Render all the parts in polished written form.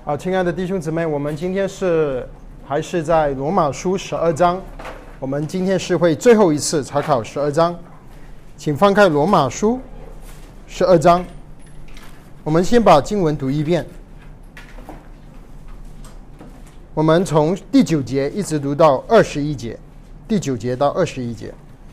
好，亲爱的弟兄姊妹，我们今天还是在罗马书12章，我们今天是会最后一次查考12章，请翻开罗马书12章，我们先把经文读一遍，我们从第9节一直读到21节，第9节到21节，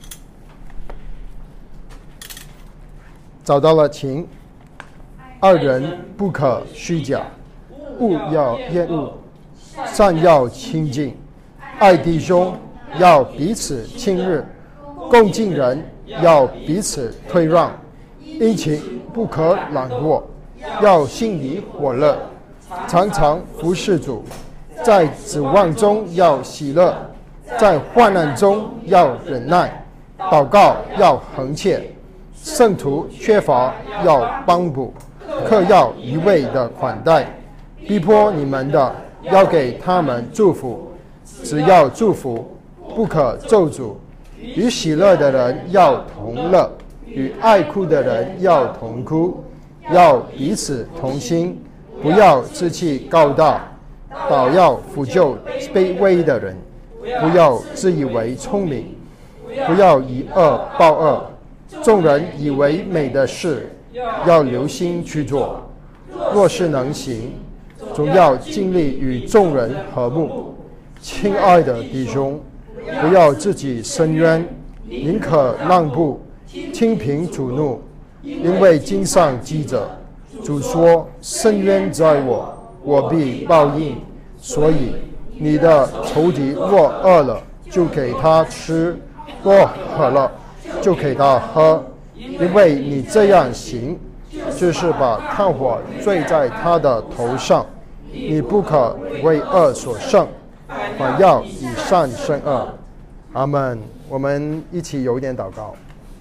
找到了，请。二人不可虚假，勿要厌恶，善要亲近，爱弟兄要彼此亲热，共敬人要彼此退让，殷勤不可懒惰，要心里火热，常常服侍主，在指望中要喜乐，在患难中要忍耐，祷告要恒切，圣徒缺乏要帮补，客要一味的款待，逼迫你们的要给他们祝福，只要祝福，不可咒诅。与喜乐的人要同乐，与爱哭的人要同哭，要彼此同心，不要志气高大，倒要扶救卑微的人，不要自以为聪明，不要以恶报恶。众人以为美的事，要留心去做，若是能行，总要尽力与众人和睦。亲爱的弟兄，不要自己伸冤，宁可让步，听凭主怒，因为经上记着，主说：伸冤在我，我必报应。所以你的仇敌若饿了，就给他吃；若渴了，就给他喝。因为你这样行，就是把炭火坠在他的头上。你不可为恶所胜，反要以善胜恶。阿们。我们一起有点祷告。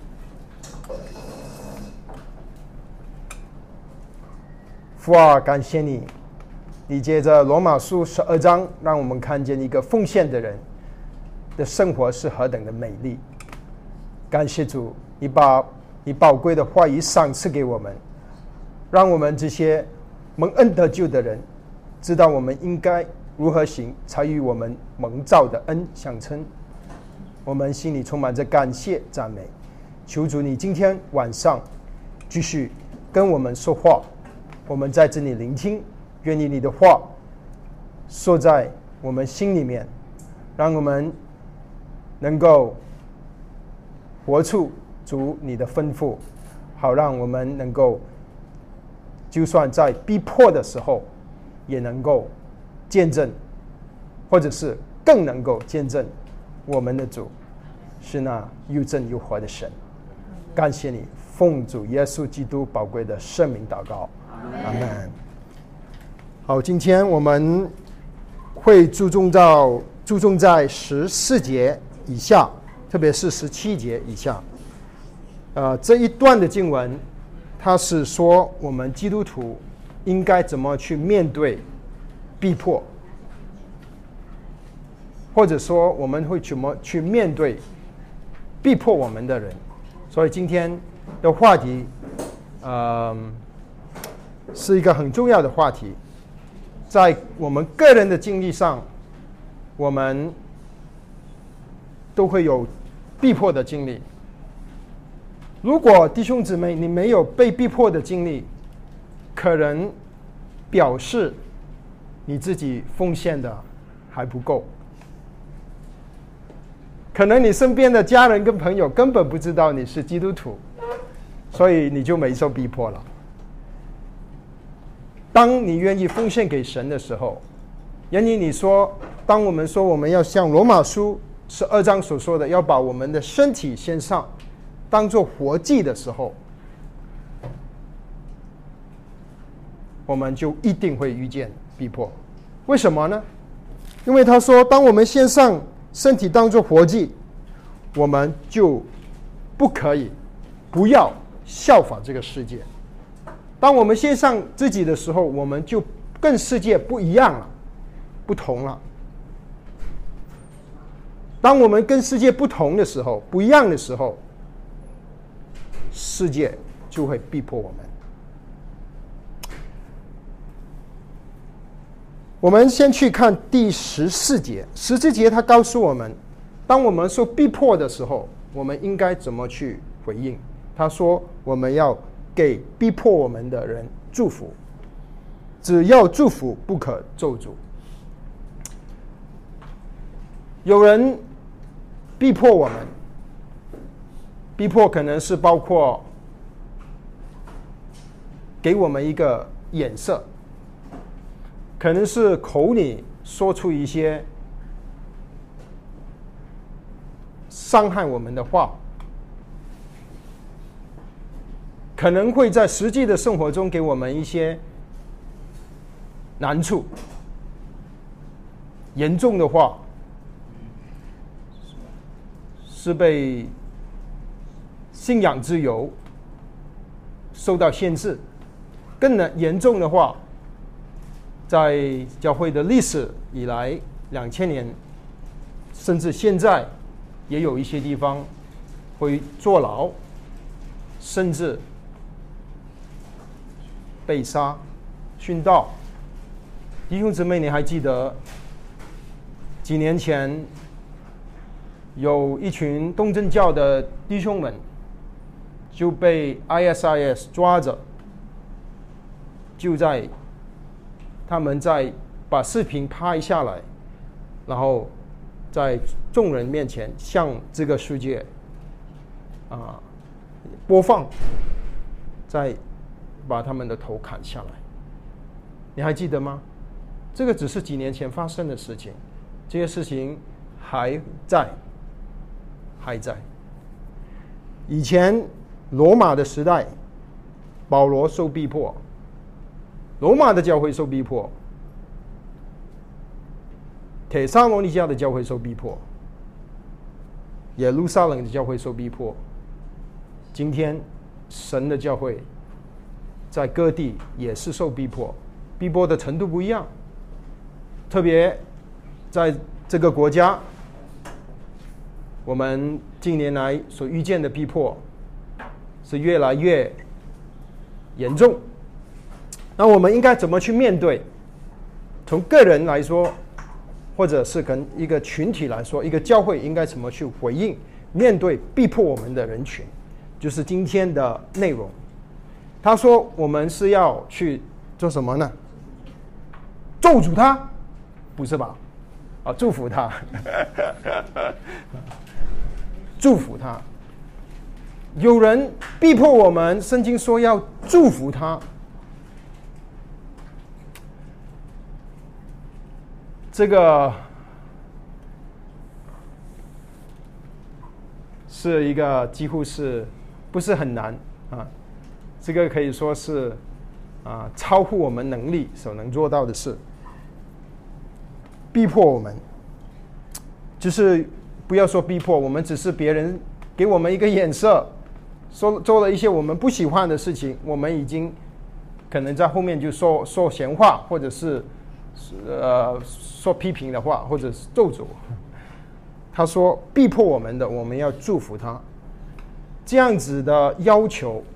父啊，感谢你，你借着罗马书12章，让我们看见一个奉献的人的生活是何等的美丽。感谢主，你宝贵的话语赏赐给我们，让我们这些蒙恩得救的人知道我们应该如何行，才与我们蒙召的恩相称。我们心里充满着感谢赞美，求主你今天晚上继续跟我们说话，我们在这里聆听，愿意你的话说在我们心里面，让我们能够活出主你的吩咐，好让我们能够就算在逼迫的时候也能够见证，或者是更能够见证我们的主是那又真又活的神。感谢你，奉主耶稣基督宝贵的圣名祷告，阿们。好，今天我们会注重在14节以下，特别是17节以下。这一段的经文，它是说我们基督徒应该怎么去面对逼迫，或者说我们会怎么去面对逼迫我们的人。所以今天的话题，是一个很重要的话题。在我们个人的经历上，我们都会有逼迫的经历。如果弟兄姊妹你没有被逼迫的经历，可能表示你自己奉献的还不够，可能你身边的家人跟朋友根本不知道你是基督徒，所以你就没受逼迫了。当你愿意奉献给神的时候，愿意你说，当我们说我们要像罗马书12章所说的，要把我们的身体献上当作活祭的时候，我们就一定会遇见逼迫。为什么呢？因为他说，当我们献上身体当作活祭，我们就不要效法这个世界。当我们献上自己的时候，我们就跟世界不一样了，不同了。当我们跟世界不同的时候，不一样的时候，世界就会逼迫我们。 我们先去看第14节，14节他告诉我们，当我们受逼迫的时候，我们应该怎么去回应。他说我们要给逼迫我们的人祝福，只要祝福，不可咒诅。有人逼迫我们，逼迫可能是包括给我们一个眼色，可能是口里说出一些伤害我们的话，可能会在实际的生活中给我们一些难处。严重的话是被信仰自由受到限制，更严重的话，在教会的历史以来2000年，甚至现在也有一些地方会坐牢，甚至被杀、殉道。弟兄姊妹，你还记得几年前有一群东正教的弟兄们就被 ISIS 抓着，就在他们在把视频拍下来，然后在众人面前向这个世界播放，再把他们的头砍下来。你还记得吗？这个只是几年前发生的事情，这些事情还在。以前罗马的时代，保罗受逼迫，罗马的教会受逼迫，帖撒罗尼迦的教会受逼迫，耶路撒冷的教会受逼迫。今天神的教会在各地也是受逼迫，逼迫的程度不一样。特别在这个国家，我们近年来所遇见的逼迫是越来越严重。那我们应该怎么去面对？从个人来说，或者是跟一个群体来说，一个教会应该怎么去回应面对逼迫我们的人群，就是今天的内容。他说我们是要去做什么呢？咒诅他？不是吧？祝福他。祝福他。有人逼迫我们，圣经说要祝福他。这个是一个几乎是不是很难啊？这个可以说是超乎我们能力所能做到的事。逼迫我们，就是不要说逼迫我们，只是别人给我们一个眼色，做了一些我们不喜欢的事情，我们已经可能在后面就说闲话，或者是说批评的话，或者是咒诅。他说逼迫我们的，我们要祝福他。这样子的要求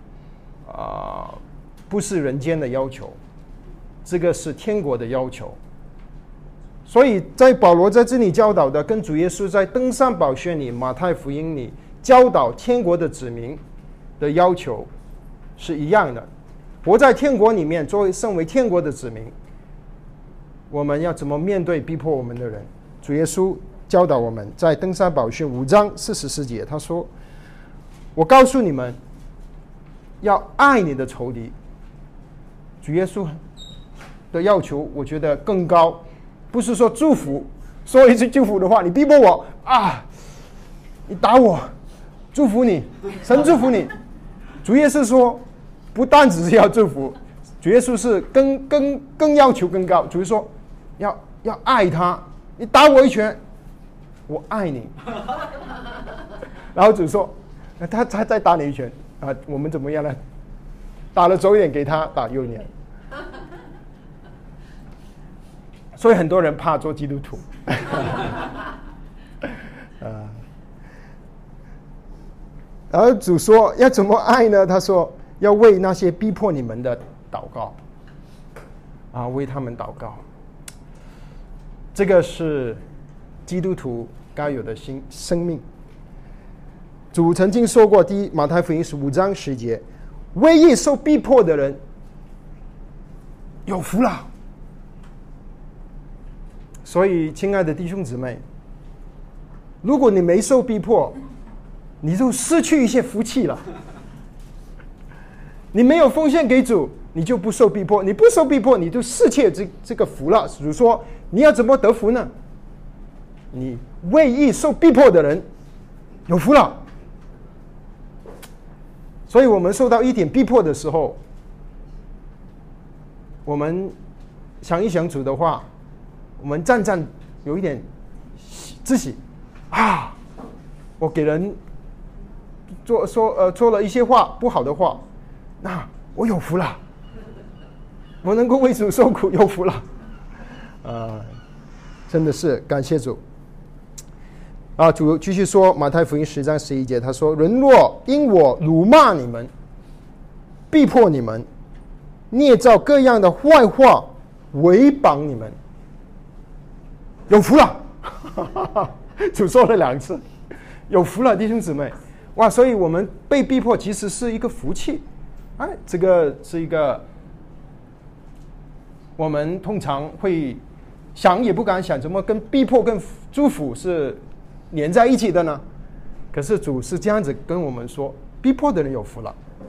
不是人间的要求，这个是天国的要求。所以在保罗在这里教导的，跟主耶稣在登山宝训里、马太福音里教导天国的子民的要求是一样的。活在天国里面，身为天国的子民，我们要怎么面对逼迫我们的人？主耶稣教导我们在登山宝训5章44节，他说：我告诉你们，要爱你的仇敌。主耶稣的要求我觉得更高，不是说祝福，说一句祝福的话，你逼迫我你打我，祝福你，神祝福你。主耶稣说不但只是要祝福，主耶稣是更要求更高。主耶稣说要爱他，你打我一拳，我爱你。然后主说他再打你一拳我们怎么样呢？打了左眼给他打右眼。所以很多人怕做基督徒。然后主说要怎么爱呢？他说要为那些逼迫你们的祷告为他们祷告。 这个是基督徒该有的生命。主曾经说过，马太福音15章10节，为义受逼迫的人有福了。所以，亲爱的弟兄姊妹，如果你没受逼迫，你就失去一些福气了。你没有奉献给主，你就不受逼迫；你不受逼迫，你就失去这个福了。比如说，你要怎么得福呢？你为义受逼迫的人有福了。所以我们受到一点逼迫的时候，我们想一想主的话，我们有一点自喜啊！我给人说了一些话不好的话，那我有福了，我能够为主受苦，有福了。真的是感谢主。主继续说，马太福音10章11节，他说：“人若因我辱骂你们，逼迫你们，捏造各样的坏话，诽谤你们，有福了。”主说了2次，有福了，弟兄姊妹。哇！所以我们被逼迫其实是一个福气。这个是一个我们通常会想也不敢想，怎么跟逼迫跟祝福是连在一起的呢？可是主是这样子跟我们说，逼迫的人有福了，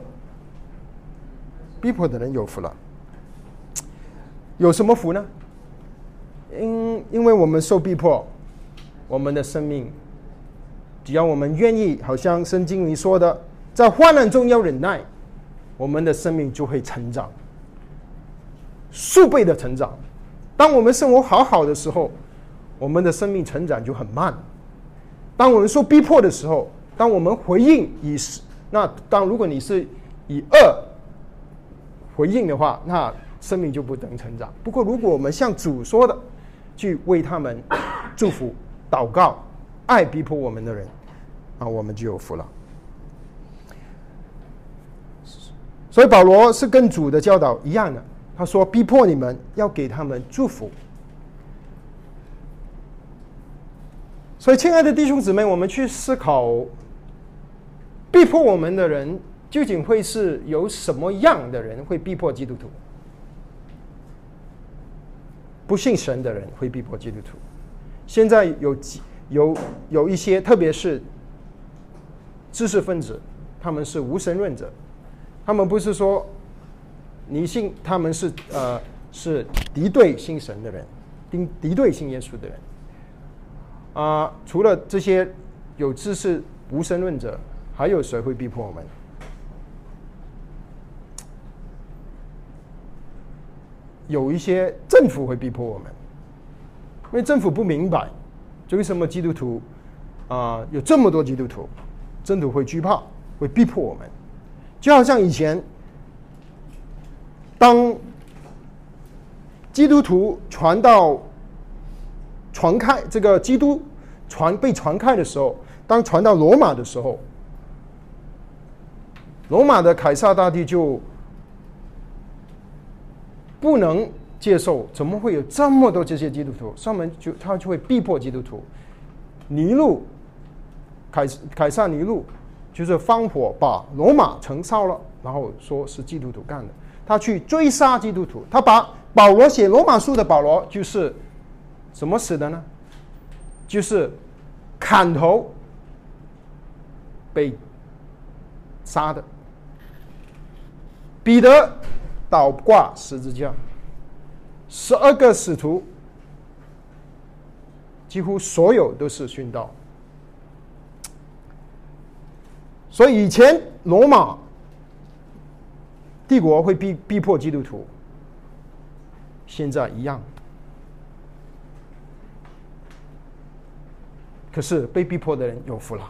逼迫的人有福了。有什么福呢？因为我们受逼迫，我们的生命，只要我们愿意，好像圣经里说的，在患难中要忍耐，我们的生命就会成长，数倍的成长。当我们生活好的时候，我们的生命成长就很慢。当我们受逼迫的时候，当我们回应如果你是以恶回应的话，那生命就不能成长。不过如果我们像主说的，去为他们祝福、祷告、爱逼迫我们的人，我们就有福了。所以保罗是跟主的教导一样的，他说逼迫你们要给他们祝福。所以亲爱的弟兄姊妹，我们去思考，逼迫我们的人究竟会是有什么样的人会逼迫基督徒？不信神的人会逼迫基督徒。现在有一些，特别是知识分子，他们是无神论者，他们不是说你信，他们是敌对信神的人，敌对信耶稣的人。除了这些有知识无神论者，还有谁会逼迫我们？有一些政府会逼迫我们，因为政府不明白为什么基督徒有这么多基督徒，政府会惧怕，会逼迫我们。就好像以前，当基督徒传开这个基督被传开的时候，当传到罗马的时候，罗马的凯撒大帝就不能接受，怎么会有这么多这些基督徒？他就会逼迫基督徒。凯撒尼禄就是放火把罗马城烧了，然后说是基督徒干的。他去追杀基督徒，他把保罗写罗马书的保罗就是怎么死的呢？就是砍头被杀的。彼得倒挂十字架，12个使徒几乎所有都是殉道。所以以前罗马帝国会逼迫基督徒，现在一样。可是被逼迫的人有福了，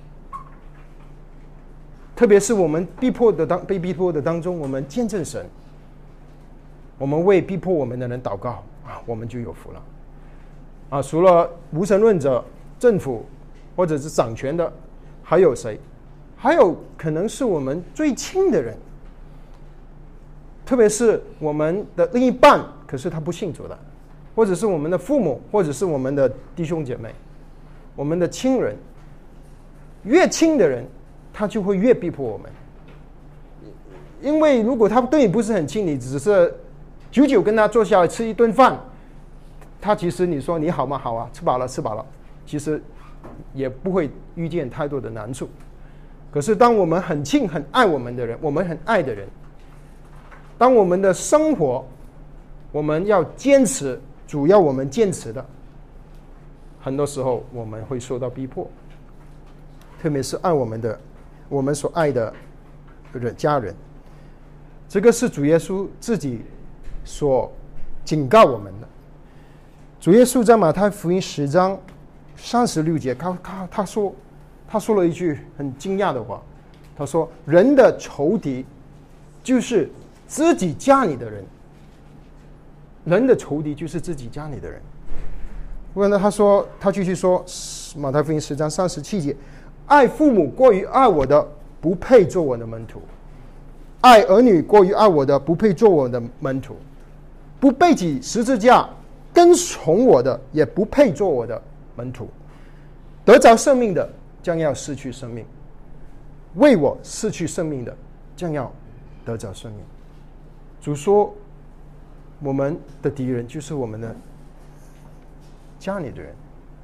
特别是我们被逼迫的当中，我们见证神，我们为逼迫我们的人祷告我们就有福了。除了无神论者、政府或者是掌权的，还有谁？还有可能是我们最亲的人，特别是我们的另一半，可是他不信主的， 或者是我们的父母，或者是我们的弟兄姐妹，我们的亲人，越亲的人，他就会越逼迫我们。因为如果他对你不是很亲，你只是久久跟他坐下来吃一顿饭，他其实你说你好吗？好啊，吃饱了，吃饱了，其实也不会遇见太多的难处。可是当我们很亲、很爱我们的人，我们很爱的人，当我们的生活我们要坚持，主要我们坚持的，很多时候我们会受到逼迫，特别是爱我们所爱的家人。这个是主耶稣自己所警告我们的。主耶稣在马太福音10章36节，他说了一句很惊讶的话，他说：“人的仇敌就是自己家里的人。”人的仇敌就是自己家里的人。不过呢，他继续说，马太福音10章37节：“爱父母过于爱我的，不配做我的门徒；爱儿女过于爱我的，不配做我的门徒；不背起十字架跟从我的，也不配做我的门徒。得着生命的，将要失去生命；为我失去生命的，将要得着生命。”主说，我们的敌人就是我们的家里的人。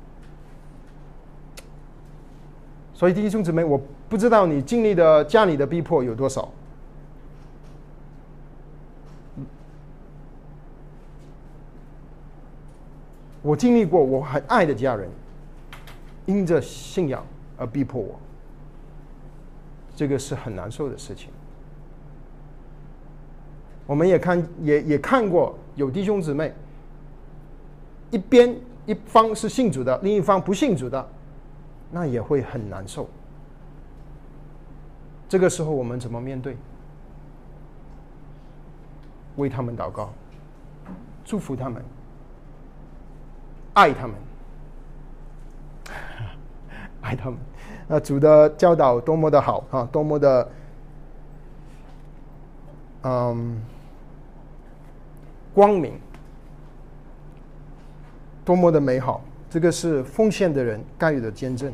所以弟兄姊妹，我不知道你经历的家里的逼迫有多少。我经历过，我很爱的家人因着信仰而逼迫我，这个是很难受的事情。我们也看过有弟兄姊妹，一方是信主的，另一方不信主的，那也会很难受。这个时候我们怎么面对？为他们祷告，祝福他们，爱他们，爱他们。主的教导多么的好啊，多么的光明，多么的美好！这个是奉献的人该有的见证。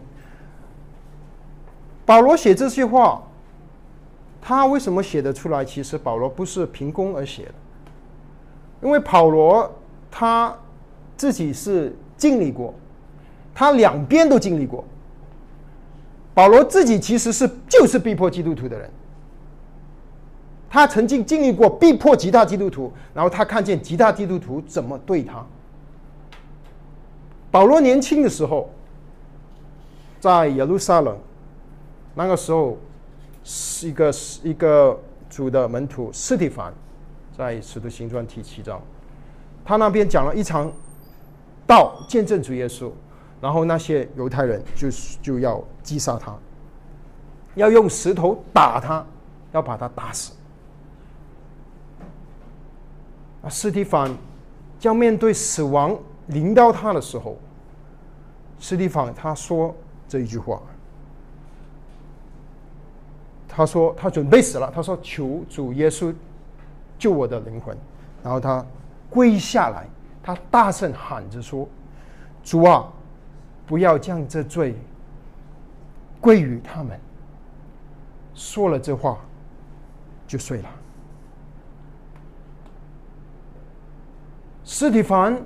保罗写这些话，他为什么写得出来？其实保罗不是凭空而写的，因为保罗他自己是经历过，他两边都经历过。保罗自己其实就是逼迫基督徒的人。他曾经经历过逼迫其他基督徒，然后他看见其他基督徒怎么对他。保罗年轻的时候，在耶路撒冷，那个时候是一个主的门徒司提反，在使徒行传第7章，他那边讲了一场道，见证主耶稣，然后那些犹太人就要击杀他，要用石头打他，要把他打死。司提反将面对死亡临到他的时候，司提反他说这一句话，他说他准备死了，他说求主耶稣救我的灵魂，然后他跪下来，他大声喊着说：“主啊，不要将这罪归于他们。”说了这话就睡了。司提反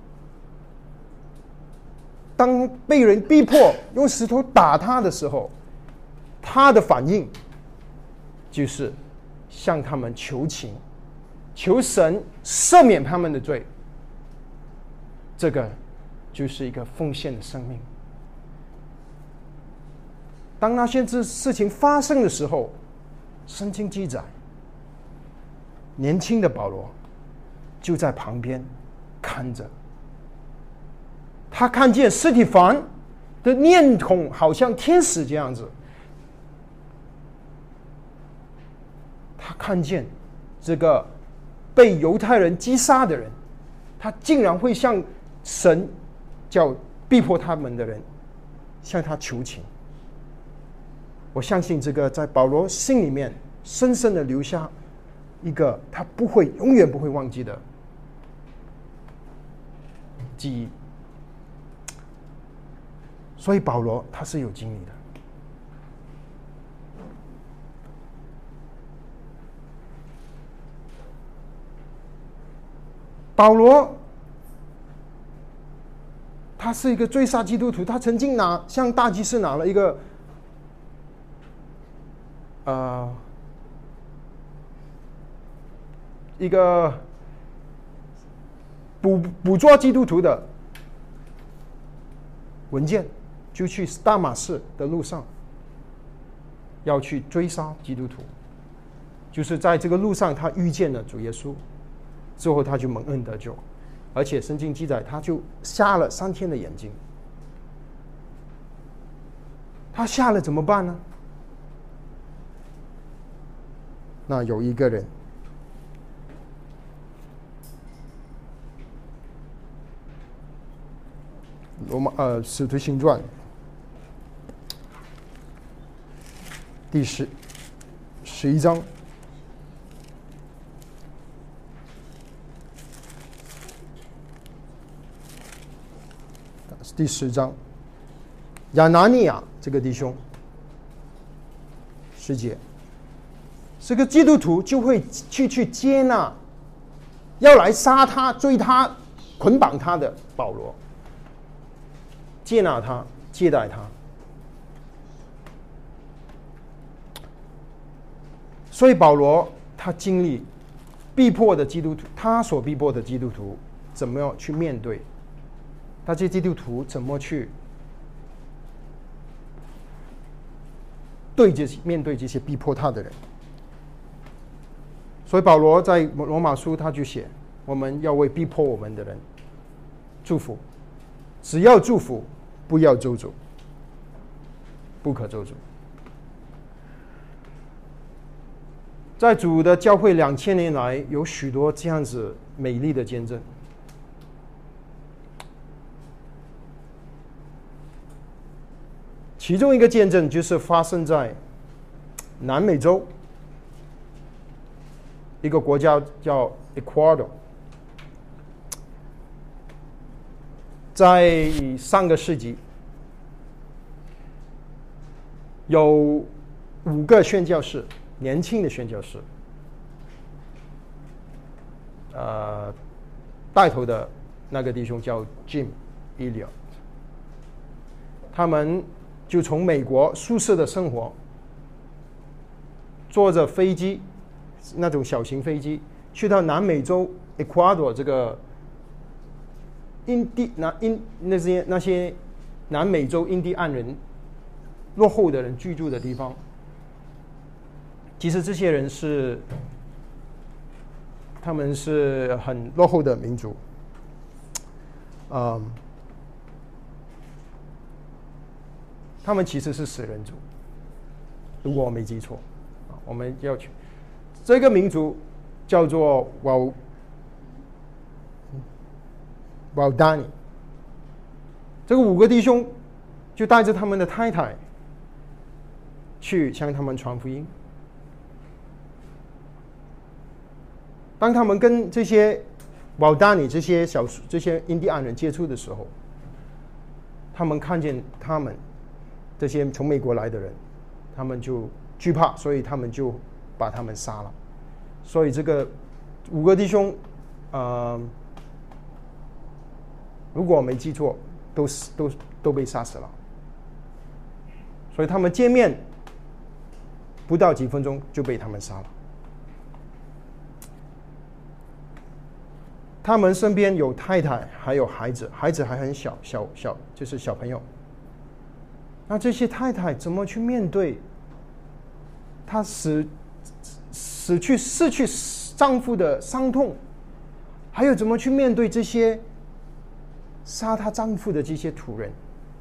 当被人逼迫用石头打他的时候，他的反应就是向他们求情，求神赦免他们的罪。这个就是一个奉献的生命。当那些事情发生的时候，圣经记载，年轻的保罗就在旁边看着，他看见司提反的面孔好像天使这样子，他看见这个被犹太人击杀的人，他竟然会向神叫逼迫他们的人向他求情。我相信这个在保罗心里面深深的留下一个他永远不会忘记的记忆。所以保罗他是有经历的。保罗他是一个追杀基督徒，他曾经向大祭司拿了一个捕捉基督徒的文件，就去大马士的路上要去追杀基督徒。就是在这个路上他遇见了主耶稣之后，他就蒙恩得救，而且圣经记载他就瞎了3天的眼睛。他瞎了怎么办呢？那有一个人，使徒行传第11章第10章，亚拿尼亚这个弟兄10节，这个基督徒就会去接纳要来杀他、追他、捆绑他的保罗，接纳他、接待他。所以保罗他经历逼迫的基督徒，他所逼迫的基督徒怎么样去面对？那这些基督徒怎么去面对这些逼迫他的人？所以保罗在罗马书他就写，我们要为逼迫我们的人祝福，只要祝福，不要咒诅，不可咒诅。在主的教会2000年来，有许多这样子美丽的见证。其中一个见证就是发生在南美洲一个国家叫 Ecuador， 在上个世纪有5个宣教士，年轻的宣教士，带头的那个弟兄叫 Jim Elliot， 他们就从美国宿舍的生活，坐着飞机，那种小型飞机，去到南美洲 Ecuador 这个那些南美洲印第安人落后的人居住的地方。其实这些人他们是很落后的民族，他们其实是食人族，如果我没记错，我们要去这个民族叫做瓦达尼。这个5个弟兄就带着他们的太太去向他们传福音。当他们跟这些瓦达尼这些印第安人接触的时候，他们看见他们这些从美国来的人，他们就惧怕，所以他们就把他们杀了。所以这个5个弟兄，如果我没记错，都被杀死了。所以他们见面不到几分钟就被他们杀了。他们身边有太太，还有孩子，孩子还很小，就是小朋友。那这些太太怎么去面对她失去丈夫的伤痛，还有怎么去面对这些杀她丈夫的这些土人？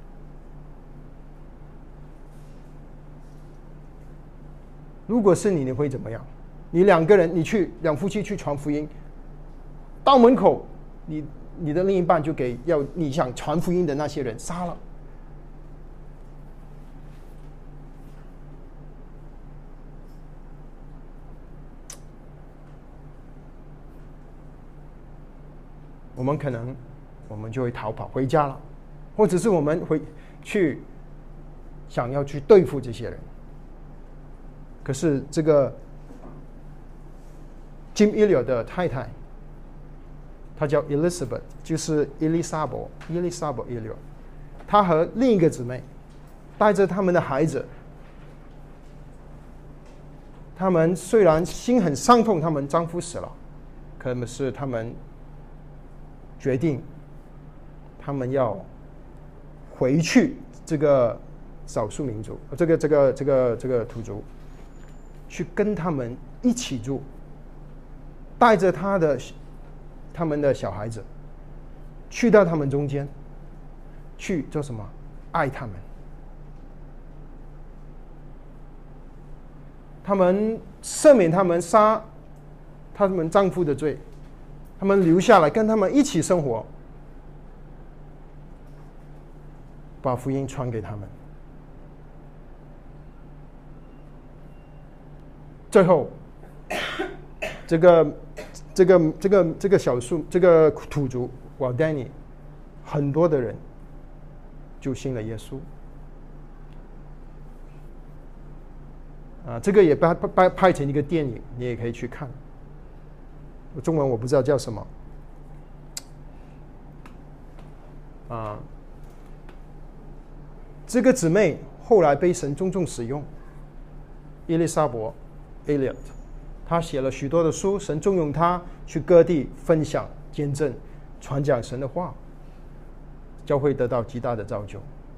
如果是你会怎么样？你两夫妻去传福音，到门口，你的另一半就给你想传福音的那些人杀了。我们可能我们就会逃跑回家了，或者是我们会去想要去对付这些人。可是这个 Jim Elliot 的太太，她叫 Elizabeth， 就是伊丽莎白 Elliot， 她和另一个姊妹带着他们的孩子，他们虽然心很伤痛，他们丈夫死了，可是他们决定，他们要回去这个少数民族，这个土族，去跟他们一起住，带着他们的小孩子，去到他们中间，去做什么？爱他们。他们赦免他们杀他们丈夫的罪，他们留下来跟他们一起生活，把福音传给他们。最后，这个土族瓦丹尼，很多的人就信了耶稣。这个也拍成一个电影，你也可以去看。中文我不知道叫什么。这个姊妹后来被神重使用，伊丽莎白 Elliot， 她写了许多的书，神重用她去各地分享、见证、传讲神的话，教会得到极大的造就。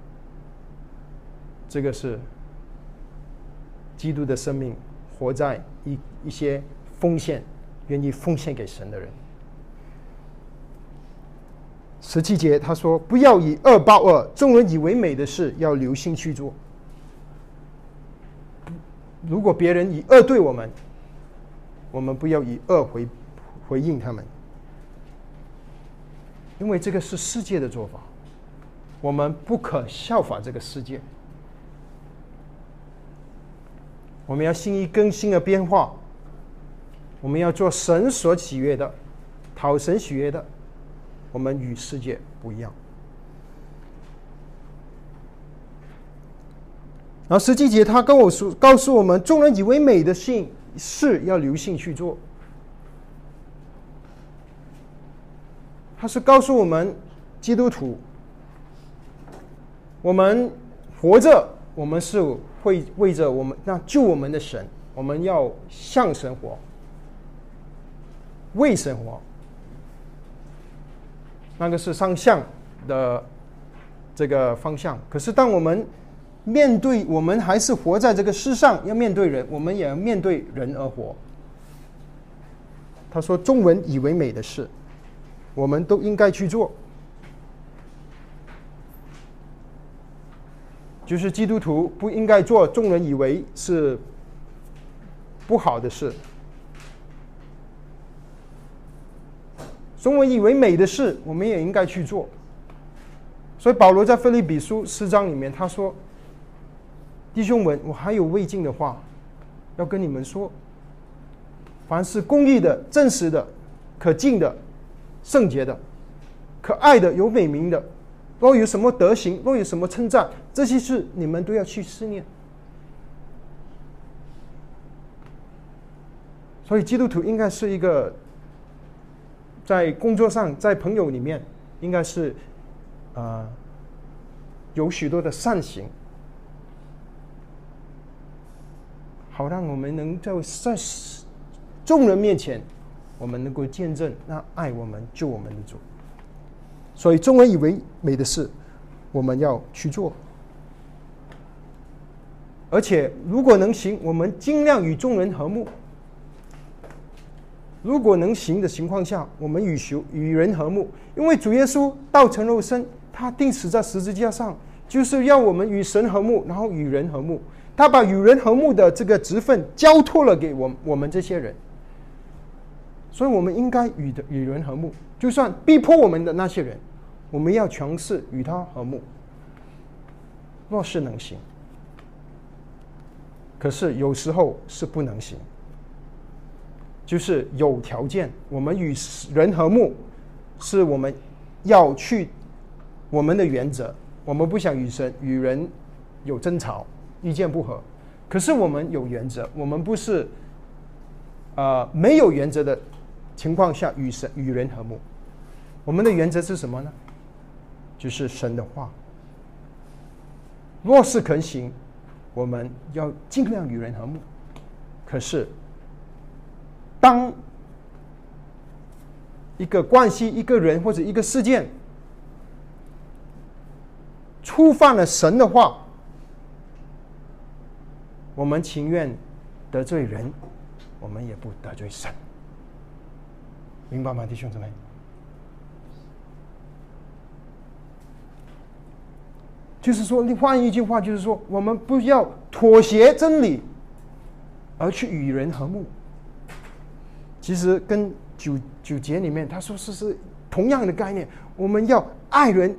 这个是基督的生命活在一些奉献，愿意奉献给神的人。17节他说：“不要以恶报恶，众人以为美的事，要留心去做。”如果别人以恶对我们，我们不要以恶回应他们，因为这个是世界的做法，我们不可效法这个世界。我们要心意更新的变化，我们要做神所喜悦的，讨神喜悦的，我们与世界不一样。然后17节他告诉我们，众人以为美的事要留心去做。他是告诉我们基督徒，我们活着，我们是会为着我们那救我们的神，我们要向神活，为神活，那个是上向的这个方向。可是当我们面对，我们还是活在这个世上，要面对人，我们也要面对人而活。他说众人以为美的事，我们都应该去做。就是基督徒不应该做众人以为是不好的事，众人以为美的事，我们也应该去做。所以保罗在腓立比书4章里面他说：“弟兄们，我还有未尽的话要跟你们说，凡是公义的、真实的、可敬的、圣洁的、可爱的、有美名的，若有什么德行，若有什么称赞，这些事你们都要去思念。”所以基督徒应该是一个在工作上，在朋友里面，应该是有许多的善行，好让我们能在众人面前，我们能够见证那爱我们、救我们的主。所以众人以为美的事，我们要去做。而且如果能行，我们尽量与众人和睦。如果能行的情况下，我们与人和睦，因为主耶稣道成肉身，他钉死在十字架上，就是要我们与神和睦，然后与人和睦。他把与人和睦的这个职分交托了给我们这些人，所以我们应该与人和睦。就算逼迫我们的那些人，我们要尝试与他和睦。若是能行，可是有时候是不能行。就是有条件，我们与人和睦，是我们要去我们的原则，我们不想与人有争吵，意见不合。可是我们有原则，我们不是没有原则的情况下与人和睦。我们的原则是什么呢？就是神的话。若是可行，我们要尽量与人和睦。可是当一个关系、一个人或者一个事件触犯了神的话，我们情愿得罪人，我们也不得罪神。明白吗，弟兄姊妹？就是说，你换一句话，就是说，我们不要妥协真理，而去与人和睦。其实跟九节里面他说是同样的概念，我们要爱人，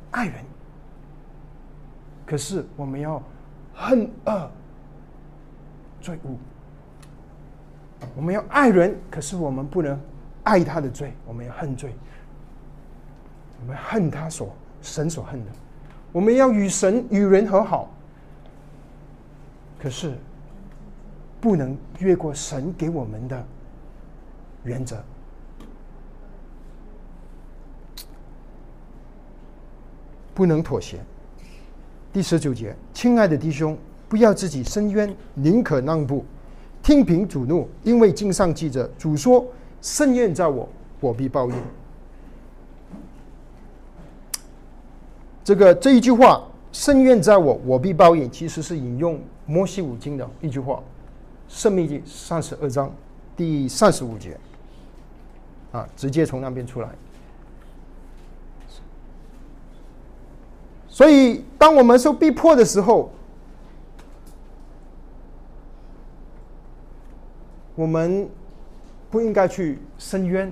可是我们要恨恶罪恶。我们要爱人，可是我们不能爱他的罪，我们要恨罪，我们恨他神所恨的。我们要与人和好，可是不能越过神给我们的原则。不能妥协。第19节，亲爱的弟兄，不要自己伸冤，宁可让步，听凭主怒，因为经上记着，主说：伸冤在我，我必报应。这一句话，伸冤在我，我必报应，其实是引用摩西五经的一句话，申命记32章第35节，直接从那边出来。所以当我们受逼迫的时候，我们不应该去伸冤，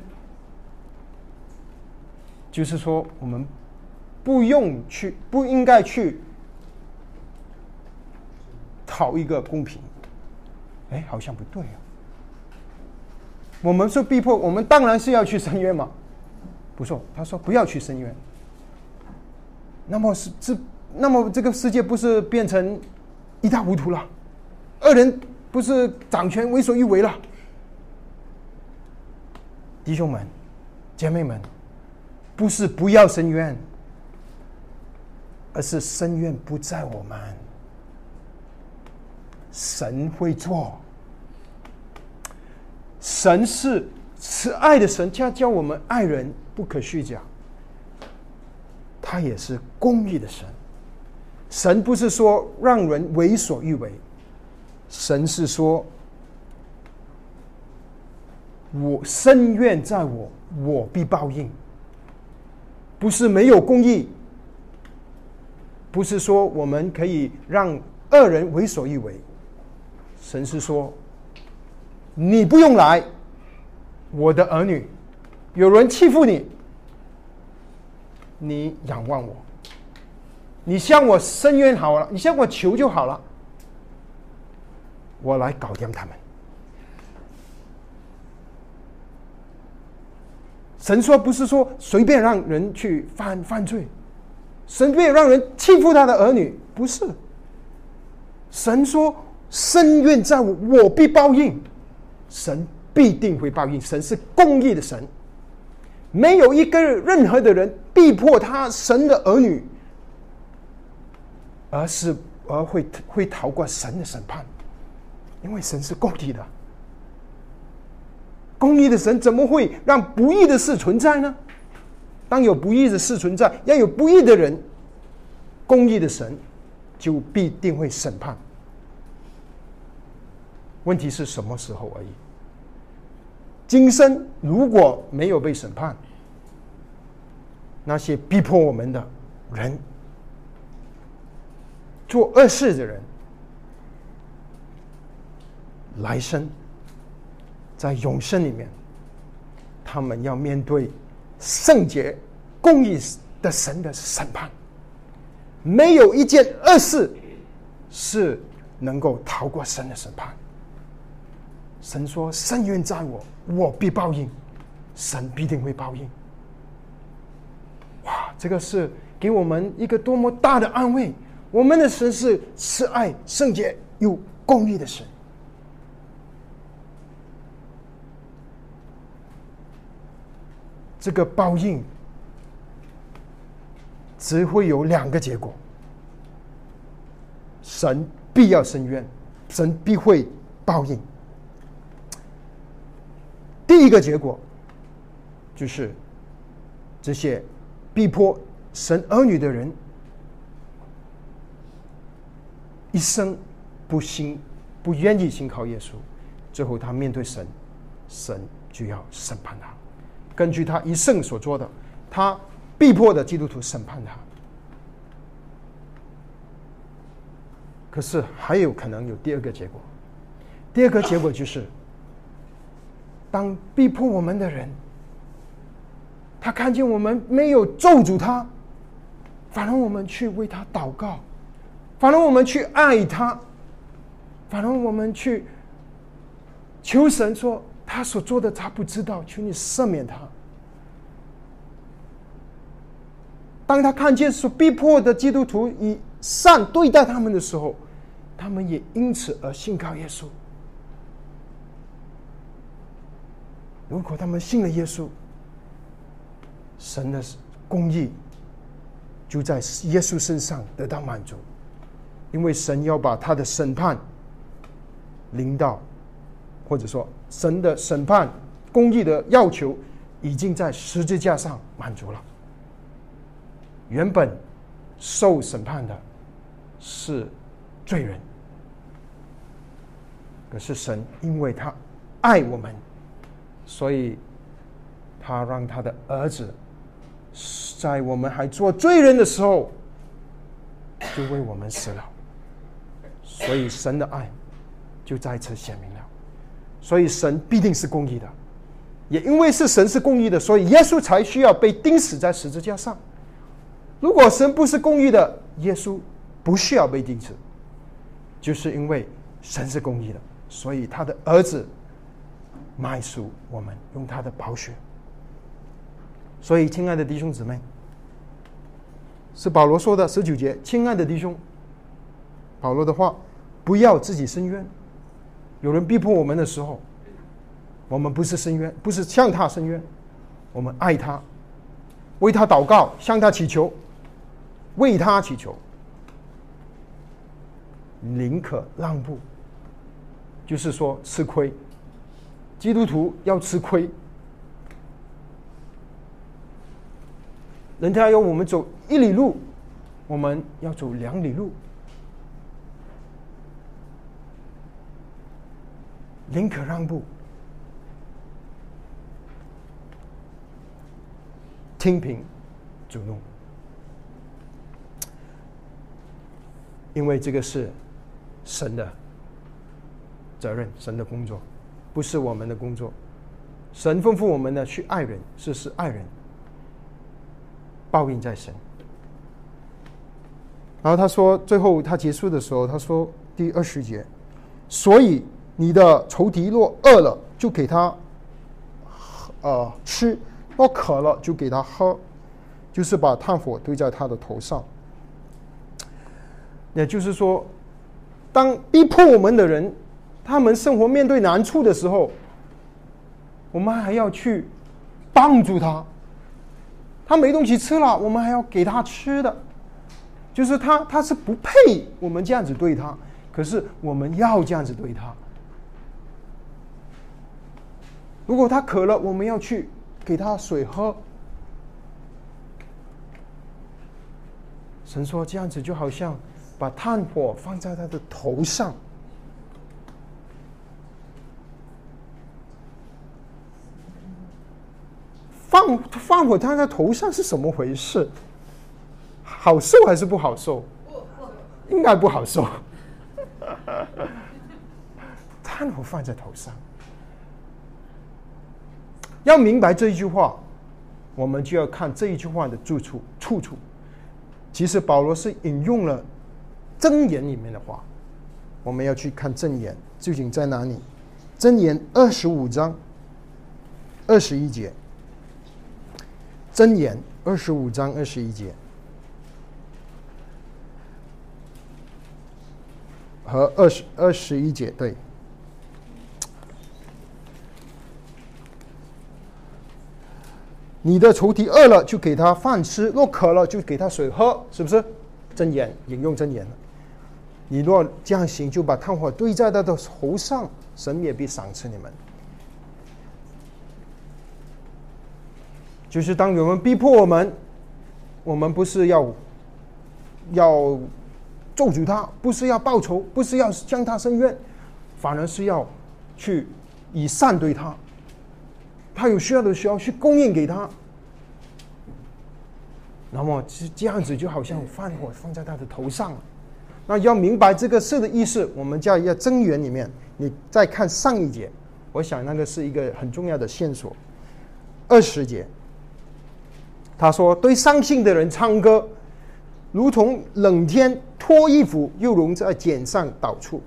就是说我们不应该去讨一个公平。好像不对啊。我们受逼迫，我们当然是要去伸冤嘛。不错，他说不要去伸冤。那么这个世界不是变成一塌糊涂了？恶人不是掌权为所欲为了？弟兄们、姐妹们，不是不要伸冤，而是伸冤不在我们，神会做。神是慈爱的神，他教我们爱人不可虚假。他也是公义的神。神不是说让人为所欲为，神是说我伸冤在我，我必报应。不是没有公义，不是说我们可以让恶人为所欲为。神是说你不用来，我的儿女，有人欺负你，你仰望我，你向我伸冤好了，你向我求就好了，我来搞定他们。神说不是说随便让人去犯罪，随便让人欺负他的儿女，不是。神说伸冤在我，我必报应。神必定会报应，神是公义的神。没有一个任何的人逼迫他神的儿女，而会逃过神的审判，因为神是公义的。公义的神怎么会让不义的事存在呢？当有不义的事存在，要有不义的人，公义的神就必定会审判。问题是什么时候而已。今生如果没有被审判，那些逼迫我们的人，做恶事的人，来生在永生里面，他们要面对圣洁公义的神的审判。没有一件恶事是能够逃过神的审判。神说伸冤在我，我必报应。神必定会报应。 这个是给我们一个多么大的安慰！我们的神是慈爱、圣洁又公义的神。这个报应只会有2个结果：神必要伸冤，神必会报应。第一个结果就是这些逼迫神儿女的人一生不愿意信靠耶稣，最后他面对神，神就要审判他。根据他一生所做的，他逼迫的基督徒审判他。可是还有可能有第2个结果，第2个结果就是当逼迫我们的人，他看见我们没有咒诅他，反而我们去为他祷告，反而我们去爱他，反而我们去求神说他所做的他不知道，求你赦免他。当他看见所逼迫的基督徒以善对待他们的时候，他们也因此而信靠耶稣。如果他们信了耶稣，神的公义就在耶稣身上得到满足，因为神要把他的审判临到，或者说神的审判公义的要求已经在十字架上满足了。原本受审判的是罪人，可是神因为他爱我们，所以他让他的儿子在我们还做罪人的时候就为我们死了，所以神的爱就再次显明了。所以神必定是公义的，也因为是神是公义的，所以耶稣才需要被钉死在十字架上。如果神不是公义的，耶稣不需要被钉死，就是因为神是公义的，所以他的儿子买赎我们，用他的宝血。所以亲爱的弟兄姊妹，是保罗说的19节，亲爱的弟兄，保罗的话，不要自己伸冤。有人逼迫我们的时候，我们不是伸冤，不是向他伸冤，我们爱他，为他祷告，向他祈求，为他祈求，宁可让步，就是说吃亏。基督徒要吃亏，人家要我们走1里路，我们要走2里路，宁可让步，听凭主怒，因为这个是神的责任，神的工作，不是我们的工作。神吩咐我们的去爱人，是爱人，报应在神。然后他说，最后他结束的时候，他说第20节，所以你的仇敌若饿了，就给他吃；若渴了，就给他喝，就是把炭火堆在他的头上。也就是说，当逼迫我们的人，他们生活面对难处的时候，我们还要去帮助他。他没东西吃了，我们还要给他吃的。就是他是不配我们这样子对他，可是我们要这样子对他。如果他渴了，我们要去给他水喝。神说这样子就好像把炭火放在他的头上，放火放在头上是什么回事？好受还是不好受？应该不好受。炭火放在头上，要明白这一句话，我们就要看这一句话的出处。其实保罗是引用了箴言里面的话，我们要去看箴言究竟在哪里。箴言25章21节，箴言 25章21节和21节，对。你的仇敌饿了就给他饭吃，若渴了就给他水喝，是不是？箴言，引用箴言了。你若这样行，就把炭火堆在他的头上，神也必赏赐你们。就是当有人逼迫我们，我们不是要咒诅他，不是要报仇，不是要向他伸冤，反而是要去以善对他。他有需要的时候去供应给他，那么这样子就好像放火放在他的头上。那要明白这个事的意思，我们在一个箴言里面，你再看上一节，我想那个是一个很重要的线索。20节，他说：“对伤心的人唱歌，如同冷天脱衣服，又容在茧上倒处。”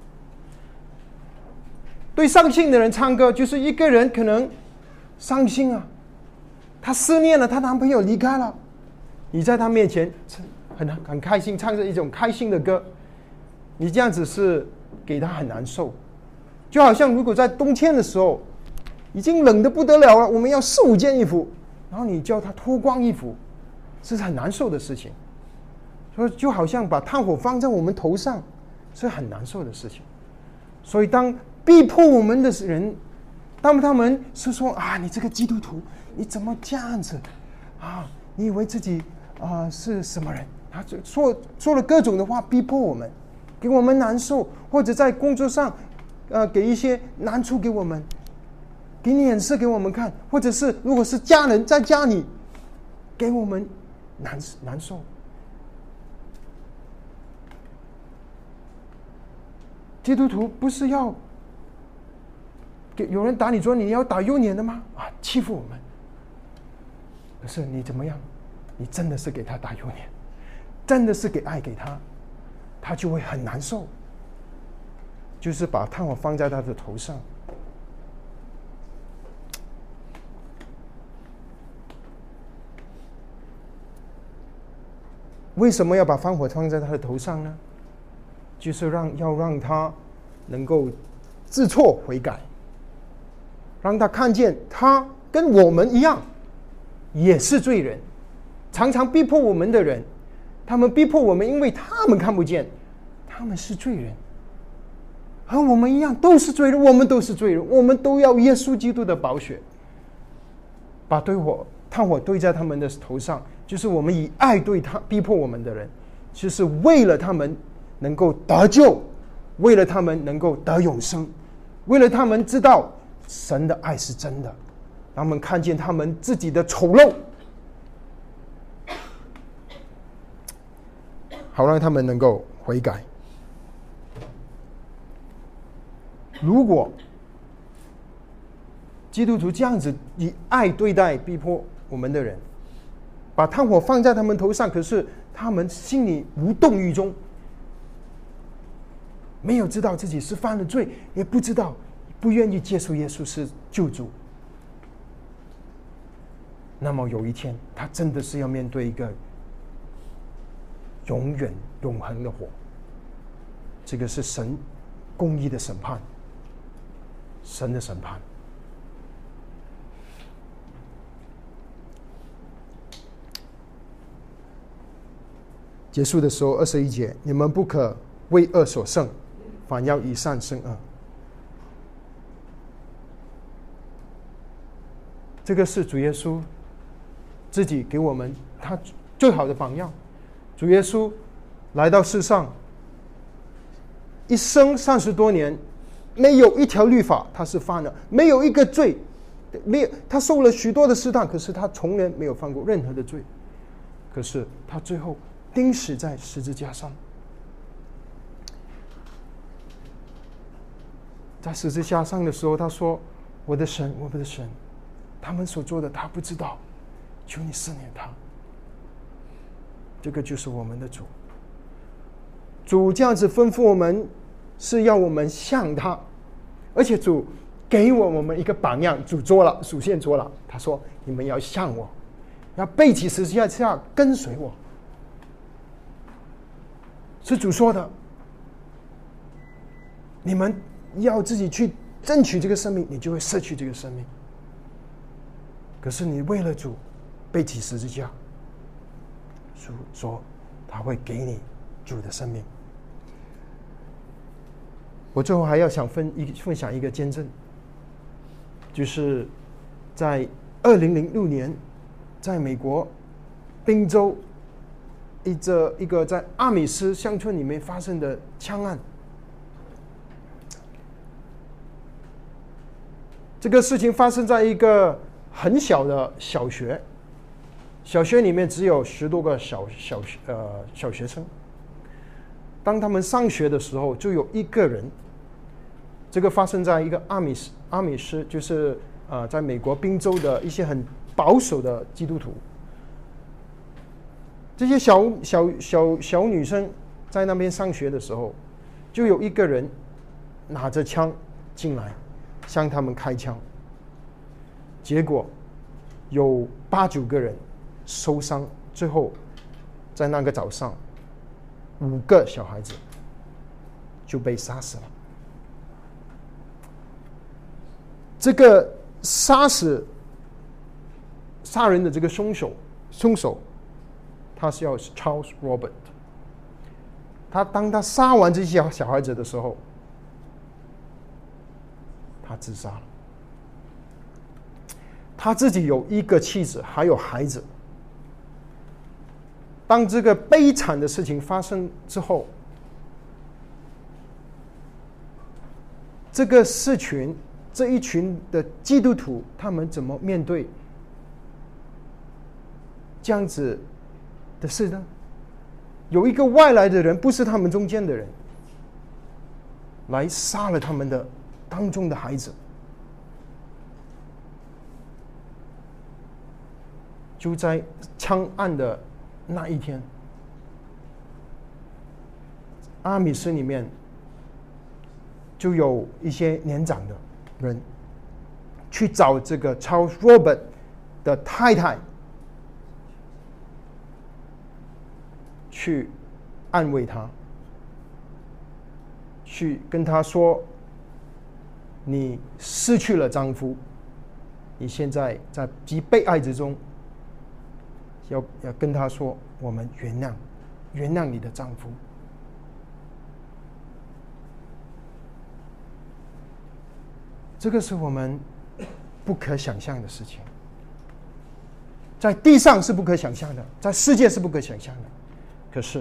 对伤心的人唱歌，就是一个人可能伤心啊，她思念了，她男朋友离开了，你在她面前很开心，唱着一种开心的歌，你这样子是给她很难受。就好像如果在冬天的时候，已经冷得不得了了，我们要4、5件衣服，然后你叫她脱光衣服，是很难受的事情。所以就好像把炭火放在我们头上，是很难受的事情。所以当逼迫我们的人，当他们是说啊，你这个基督徒，你怎么这样子啊？你以为自己是什么人？他说了各种的话逼迫我们，给我们难受，或者在工作上给一些难处给我们，给你脸色给我们看，或者是如果是家人在家里给我们难受。基督徒不是要有人打你说你要打幼年的吗？欺负我们。可是你怎么样？你真的是给他打幼年，真的是给爱给他，他就会很难受。就是把炭火放在他的头上。为什么要把炭火放在他的头上呢？就是要让他能够自错悔改。让他看见他跟我们一样也是罪人，常常逼迫我们的人，他们逼迫我们，因为他们看不见他们是罪人，和我们一样都是罪人，我们都是罪人，我们都要耶稣基督的宝血，把炭火堆在他们的头上，就是我们以爱对他逼迫我们的人，就是为了他们能够得救，为了他们能够得永生，为了他们知道神的爱是真的，让他们看见他们自己的丑陋，好让他们能够悔改。如果基督徒这样子以爱对待逼迫我们的人，把炭火放在他们头上，可是他们心里无动于衷，没有知道自己是犯了罪，也不知道不愿意接受耶稣是救主，那么有一天他真的是要面对一个永恒的火。这个是神公义的审判，神的审判。结束的时候21节，你们不可为恶所胜，反要以善胜恶。这个是主耶稣自己给我们他最好的榜样。主耶稣来到世上，一生30多年，没有一条律法他是犯了，没有一个罪，没有，他受了许多的试探，可是他从来没有犯过任何的罪。可是他最后钉死在十字架上，在十字架上的时候，他说：“我的神，我的神，他们所做的他不知道，求你赦免他。”这个就是我们的主。主这样子吩咐我们，是要我们像他，而且主给我们一个榜样。主做了，主先做了，他说：“你们要像我， 要背起十字架跟随我。是主说的，你们要自己去争取这个生命，你就会失去这个生命。可是你为了主背起十字架，主说他会给你主的生命。我最后还要想分享一个见证，就是在2006年，在美国宾州一个在阿米斯乡村里面发生的枪案。这个事情发生在一个很小的小学，小学里面只有10多个小学生。当他们上学的时候，就有一个人，这个发生在一个阿米斯，就是在美国宾州的一些很保守的基督徒。这些小女生在那边上学的时候，就有一个人拿着枪进来，向他们开枪。结果有8、9个人受伤，最后在那个早上，5个小孩子就被杀死了。这个杀人的这个凶手，他是叫 Charles Robert。当他杀完这些小孩子的时候，他自杀了。他自己有一个妻子，还有孩子。当这个悲惨的事情发生之后，这一群的基督徒，他们怎么面对这样子的事呢？有一个外来的人，不是他们中间的人，来杀了他们的当中的孩子。就在枪案的那一天，阿米斯里面就有一些年长的人去找这个 Charles Robert 的太太，去安慰他，去跟他说：“你失去了丈夫，你现在在极悲哀之中。”要跟他说，我们原谅你的丈夫。这个是我们不可想象的事情，在地上是不可想象的，在世界是不可想象的。可是，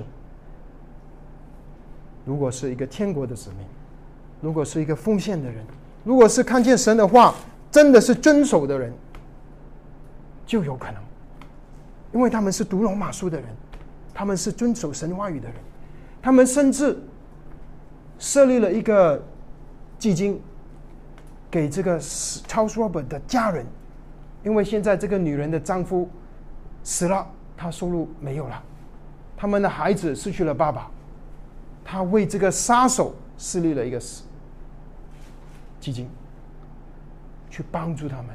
如果是一个天国的子民，如果是一个奉献的人，如果是看见神的话真的是遵守的人，就有可能。因为他们是读罗马书的人，他们是遵守神话语的人，他们甚至设立了一个基金给这个 Charles Robert 的家人，因为现在这个女人的丈夫死了，她收入没有了，他们的孩子失去了爸爸，他为这个杀手设立了一个基金，去帮助他们。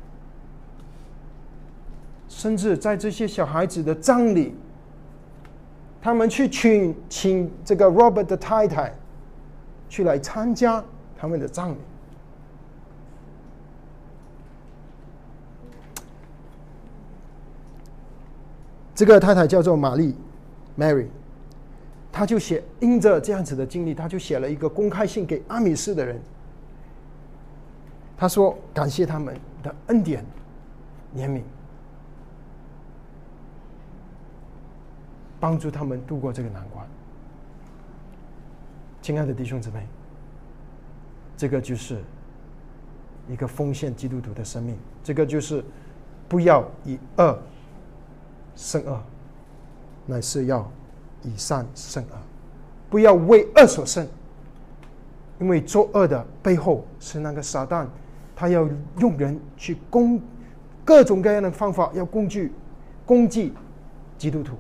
甚至在这些小孩子的葬礼，他们去请这个 Robert 的太太去来参加他们的葬礼。这个太太叫做玛丽 Mary， 她就因着这样子的经历，她就写了一个公开信给阿米斯的人。她说感谢他们的恩典怜悯，帮助他们度过这个难关。亲爱的弟兄姊妹，这个就是一个奉献基督徒的生命，这个就是不要以恶胜恶，乃是要以善胜恶，不要为恶所胜，因为作恶的背后是那个撒旦，他要用人去各种各样的方法，要攻击基督徒，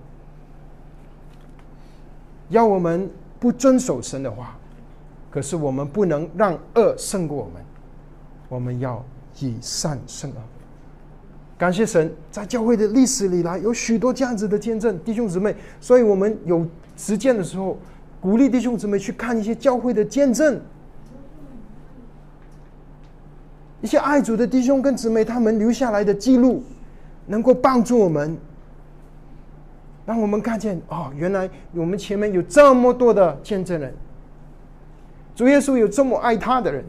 要我们不遵守神的话。可是我们不能让恶胜过我们，我们要以善胜恶。 感谢神，在教会的历史里来有许多这样子的见证，弟兄姊妹，所以我们有时间的时候，鼓励弟兄姊妹去看一些教会的见证，一些爱主的弟兄跟姊妹他们留下来的记录，能够帮助我们，让我们看见原来我们前面有这么多的见证人，主耶稣有这么爱他的人，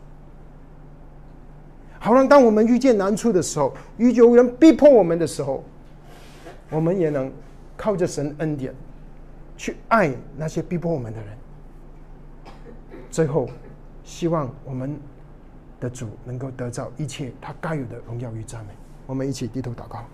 好让当我们遇见难处的时候，有人逼迫我们的时候，我们也能靠着神恩典去爱那些逼迫我们的人。最后希望我们的主能够得到一切他该有的荣耀与赞美。我们一起低头祷告。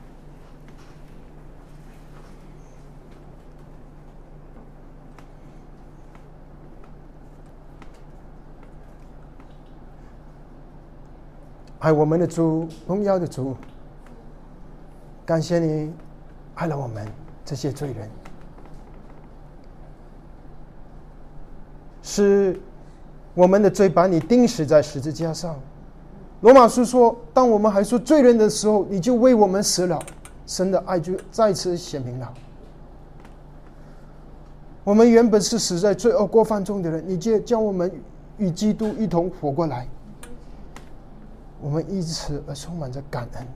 爱我们的主，荣耀的主，感谢你爱了我们这些罪人，是我们的罪把你钉死在十字架上。罗马书说，当我们还说罪人的时候，你就为我们死了，神的爱就再次显明了。我们原本是死在罪恶过犯中的人，你就叫我们与基督一同活过来，我们因此而充满着感恩。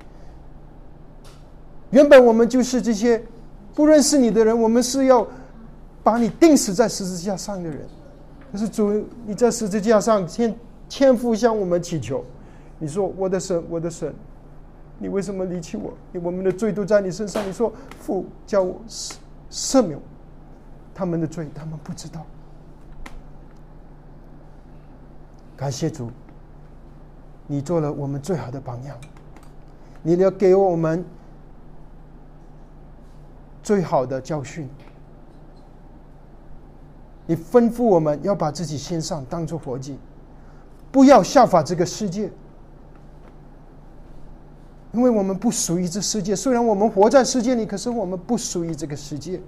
原本我们就是这些不认识你的人，我们是要把你钉死在十字架上的人。可是主，你在十字架上天父向我们祈求，你说我的神，我的神，你为什么离弃我？我们的罪都在你身上。你说父叫我赦免他们的罪，他们不知道。感谢主，你做了我们最好的榜样，你要给我们最好的教训。你吩咐我们要把自己献上，当作活祭，不要效法这个世界，因为我们不属于这世界。虽然我们活在世界里，可是我们不属于这个世界，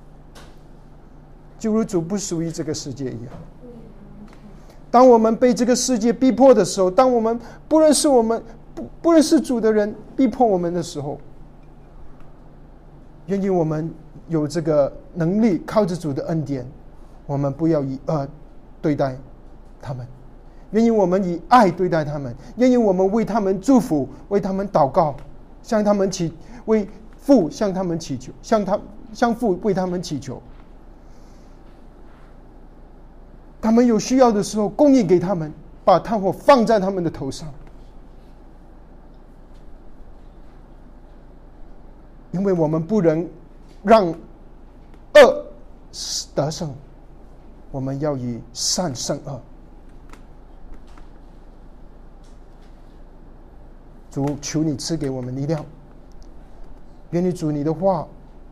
就如主不属于这个世界一样。当我们被这个世界逼迫的时候，当我们不认识主的人逼迫我们的时候，愿意我们有这个能力，靠着主的恩典，我们不要以恶对待他们，愿意我们以爱对待他们，愿意我们为他们祝福，为他们祷告，向父向他们祈求，向父为他们祈求。他们有需要的时候供应给他们，把炭火放在他们的头上，因为我们不能让恶得胜，我们要以善胜恶。主，求你赐给我们力量，愿你主你的话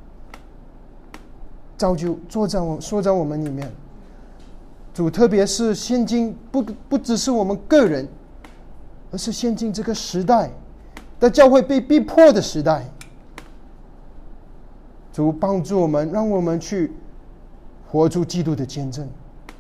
造就说在我们里面。主，特别是现今不只是我们个人，而是现今这个时代的教会被逼迫的时代。主，帮助我们，让我们去活出基督的见证。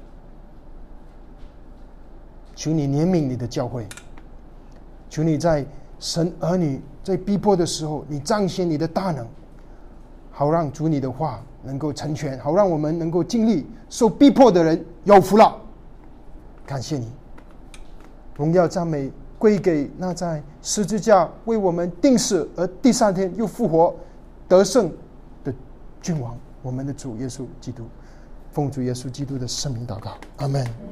求你怜悯你的教会，求你在神儿女在逼迫的时候，你彰显你的大能，好让主你的话能够成全，好让我们能够经历受逼迫的人有福了。感谢你，荣耀赞美归给那在十字架为我们钉死而第3天又复活得胜的君王，我们的主耶稣基督。奉主耶稣基督的圣名祷告，阿们。